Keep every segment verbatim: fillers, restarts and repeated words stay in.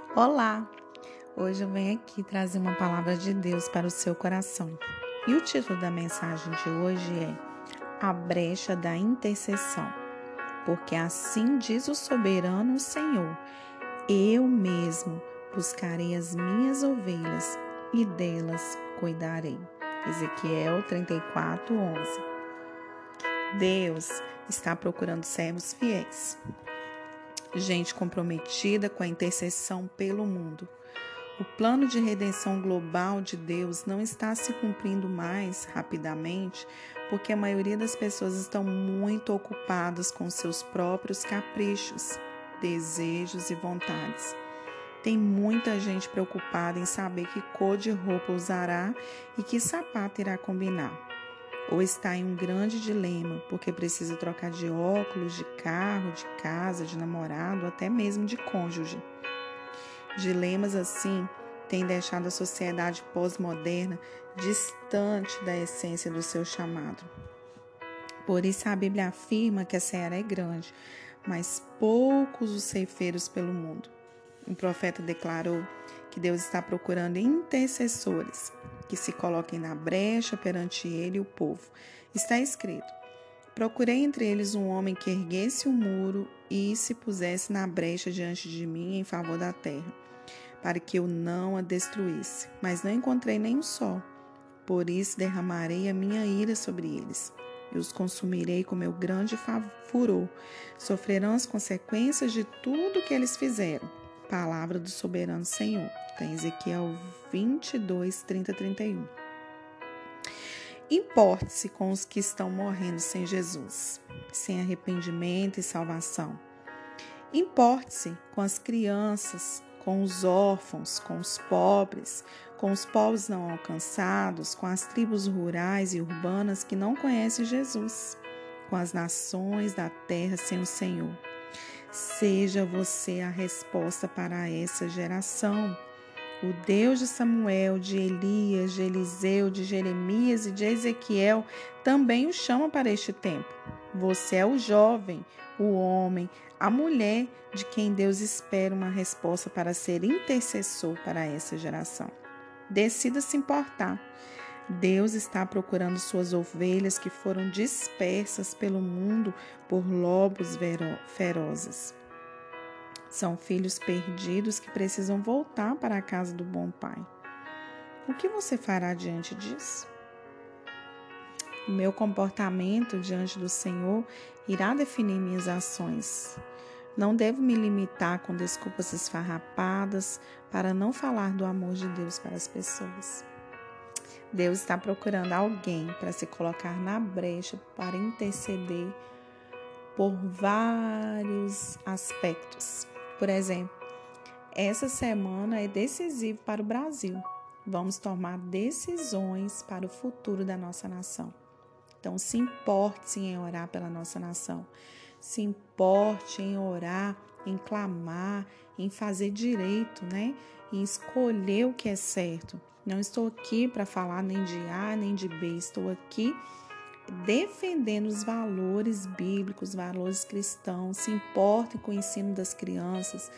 Olá! Hoje eu venho aqui trazer uma palavra de Deus para o seu coração. E o título da mensagem de hoje é A Brecha da Intercessão. Porque assim diz o soberano Senhor, eu mesmo buscarei as minhas ovelhas e delas cuidarei. Ezequiel trinta e quatro, onze. Deus está procurando servos fiéis, gente comprometida com a intercessão pelo mundo. O plano de redenção global de Deus não está se cumprindo mais rapidamente porque a maioria das pessoas estão muito ocupadas com seus próprios caprichos, desejos e vontades. Tem muita gente preocupada em saber que cor de roupa usará e que sapato irá combinar. Ou está em um grande dilema porque precisa trocar de óculos, de carro, de casa, de namorado, até mesmo de cônjuge. Dilemas assim têm deixado a sociedade pós-moderna distante da essência do seu chamado. Por isso a Bíblia afirma que a seara é grande, mas poucos os ceifeiros pelo mundo. Um profeta declarou que Deus está procurando intercessores que se coloquem na brecha perante ele e o povo. Está escrito: procurei entre eles um homem que erguesse um muro e se pusesse na brecha diante de mim em favor da terra, para que eu não a destruísse. Mas não encontrei nenhum só. Por isso derramarei a minha ira sobre eles e os consumirei com meu grande furor. Sofrerão as consequências de tudo que eles fizeram. Palavra do soberano Senhor. Está em Ezequiel vinte e dois, trinta a trinta e um. Importe-se com os que estão morrendo sem Jesus, sem arrependimento e salvação. Importe-se com as crianças, com os órfãos, com os pobres, com os povos não alcançados, com as tribos rurais e urbanas que não conhecem Jesus, com as nações da terra sem o Senhor. Seja você a resposta para essa geração. O Deus de Samuel, de Elias, de Eliseu, de Jeremias e de Ezequiel também o chama para este tempo. Você é o jovem, o homem, a mulher de quem Deus espera uma resposta para ser intercessor para essa geração. Decida se importar. Deus está procurando suas ovelhas que foram dispersas pelo mundo por lobos ferozes. São filhos perdidos que precisam voltar para a casa do bom Pai. O que você fará diante disso? O meu comportamento diante do Senhor irá definir minhas ações. Não devo me limitar com desculpas esfarrapadas para não falar do amor de Deus para as pessoas. Deus está procurando alguém para se colocar na brecha para interceder por vários aspectos. Por exemplo, essa semana é decisiva para o Brasil. Vamos tomar decisões para o futuro da nossa nação. Então, se importe em orar pela nossa nação. Se importe em orar, em clamar, em fazer direito, né? Em escolher o que é certo. Não estou aqui para falar nem de A nem de B. Estou aqui defendendo os valores bíblicos, valores cristãos. Se importe com o ensino das crianças.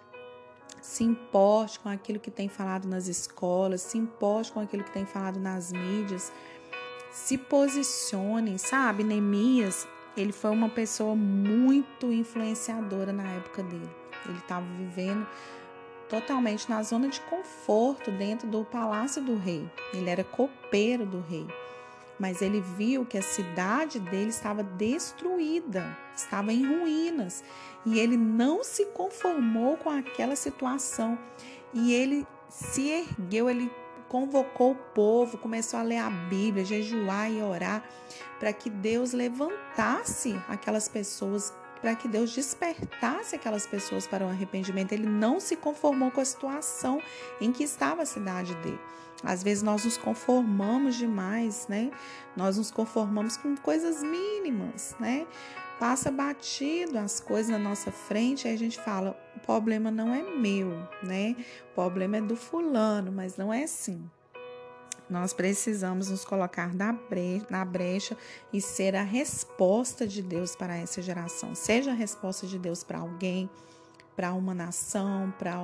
Se importe com aquilo que tem falado nas escolas. Se importe com aquilo que tem falado nas mídias. Se posicionem, sabe? Neemias, ele foi uma pessoa muito influenciadora na época dele. Ele estava vivendo totalmente na zona de conforto dentro do palácio do rei. Ele era copeiro do rei. Mas ele viu que a cidade dele estava destruída, estava em ruínas. E ele não se conformou com aquela situação. E ele se ergueu, ele convocou o povo, começou a ler a Bíblia, jejuar e orar para que Deus levantasse aquelas pessoas, para que Deus despertasse aquelas pessoas para o arrependimento. Ele não se conformou com a situação em que estava a cidade dele. Às vezes nós nos conformamos demais, né? Nós nos conformamos com coisas mínimas, né? Passa batido as coisas na nossa frente e a gente fala, o problema não é meu, né? O problema é do fulano, mas não é assim. Nós precisamos nos colocar na brecha, na brecha e ser a resposta de Deus para essa geração. Seja a resposta de Deus para alguém, para uma nação, para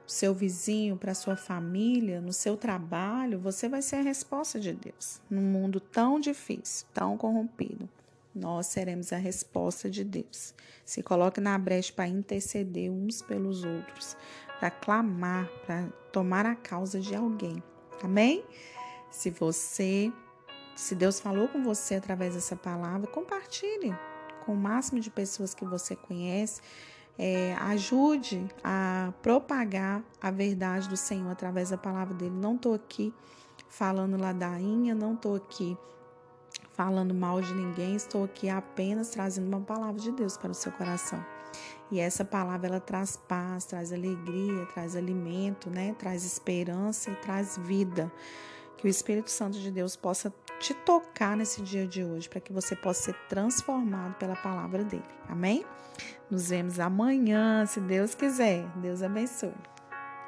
o seu vizinho, para a sua família, no seu trabalho, você vai ser a resposta de Deus. Num mundo tão difícil, tão corrompido, nós seremos a resposta de Deus. Se coloque na brecha para interceder uns pelos outros, para clamar, para tomar a causa de alguém. Amém? Se você, se Deus falou com você através dessa palavra, compartilhe com o máximo de pessoas que você conhece. É, ajude a propagar a verdade do Senhor através da palavra dele. Não estou aqui falando ladainha, não estou aqui falando mal de ninguém, estou aqui apenas trazendo uma palavra de Deus para o seu coração. E essa palavra, ela traz paz, traz alegria, traz alimento, né? Traz esperança e traz vida. Que o Espírito Santo de Deus possa te tocar nesse dia de hoje, para que você possa ser transformado pela palavra dele. Amém? Nos vemos amanhã, se Deus quiser. Deus abençoe.